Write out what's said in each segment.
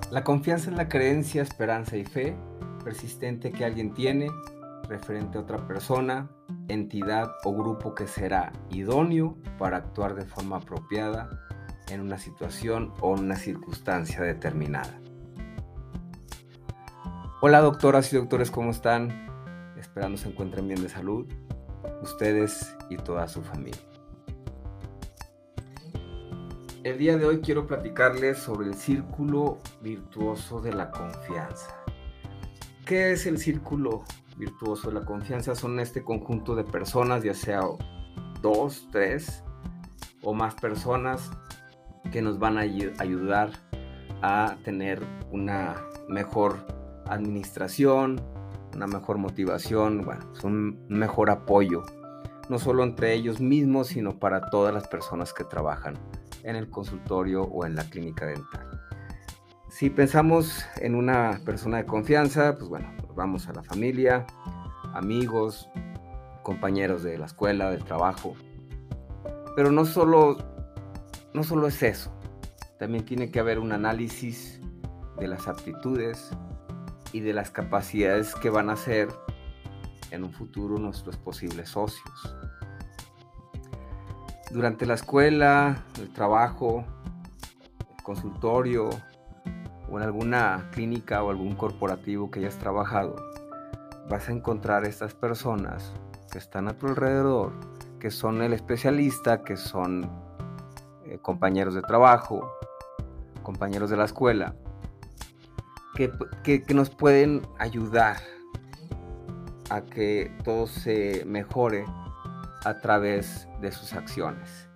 La confianza es la creencia, esperanza y fe persistente que alguien tiene referente a otra persona, entidad o grupo que será idóneo para actuar de forma apropiada en una situación o una circunstancia determinada. Hola doctoras y doctores, ¿cómo están? Esperando se encuentren bien de salud, ustedes y toda su familia. El día de hoy quiero platicarles sobre el círculo virtuoso de la confianza. ¿Qué es el círculo virtuoso de la confianza? Son este conjunto de personas, ya sea 2, 3 o más personas que nos van a ayudar a tener una mejor administración, una mejor motivación, es un mejor apoyo, no solo entre ellos mismos, sino para todas las personas que trabajan en el consultorio o en la clínica dental. Si pensamos en una persona de confianza, pues nos vamos a la familia, amigos, compañeros de la escuela, del trabajo. Pero no solo es eso, también tiene que haber un análisis de las aptitudes y de las capacidades que van a ser en un futuro nuestros posibles socios. Durante la escuela, el trabajo, el consultorio o en alguna clínica o algún corporativo que hayas trabajado, vas a encontrar estas personas que están a tu alrededor, que son el especialista, que son compañeros de trabajo, compañeros de la escuela, que nos pueden ayudar a que todo se mejore a través de sus acciones.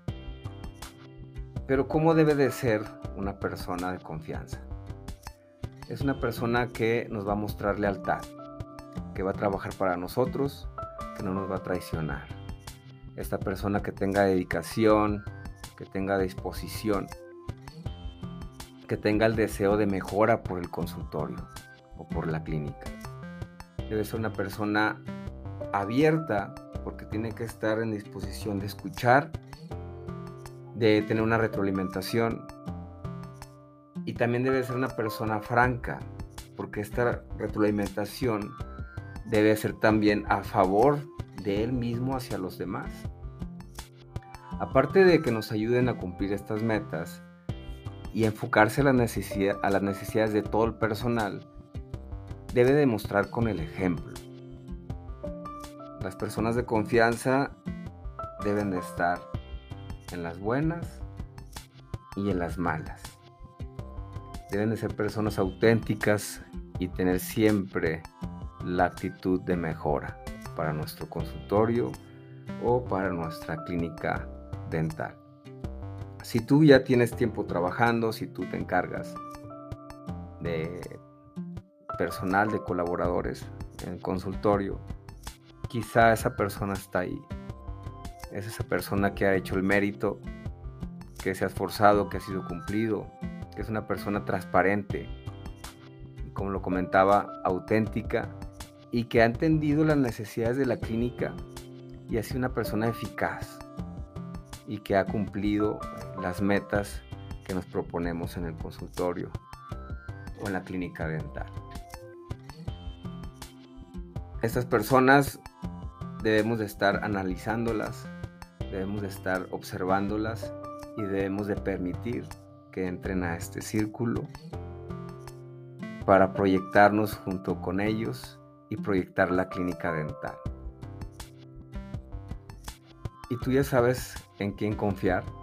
Pero ¿cómo debe de ser una persona de confianza? Es una persona que nos va a mostrar lealtad, que va a trabajar para nosotros, que no nos va a traicionar. Esta persona que tenga dedicación, que tenga disposición, que tenga el deseo de mejora por el consultorio o por la clínica. Debe ser una persona abierta porque tiene que estar en disposición de escuchar, de tener una retroalimentación, y también debe ser una persona franca porque esta retroalimentación debe ser también a favor de él mismo hacia los demás. Aparte de que nos ayuden a cumplir estas metas y enfocarse a las necesidades de todo el personal, debe demostrar con el ejemplo. Las personas de confianza deben de estar en las buenas y en las malas. Deben de ser personas auténticas y tener siempre la actitud de mejora para nuestro consultorio o para nuestra clínica dental. Si tú ya tienes tiempo trabajando, si tú te encargas de personal, de colaboradores en el consultorio, quizá esa persona está ahí. Es esa persona que ha hecho el mérito, que se ha esforzado, que ha sido cumplido, que es una persona transparente, y como lo comentaba, auténtica, y que ha entendido las necesidades de la clínica y ha sido una persona eficaz y que ha cumplido las metas que nos proponemos en el consultorio o en la clínica dental. Estas personas debemos de estar analizándolas, debemos de estar observándolas y debemos de permitir que entren a este círculo para proyectarnos junto con ellos y proyectar la clínica dental. Y tú ya sabes en quién confiar.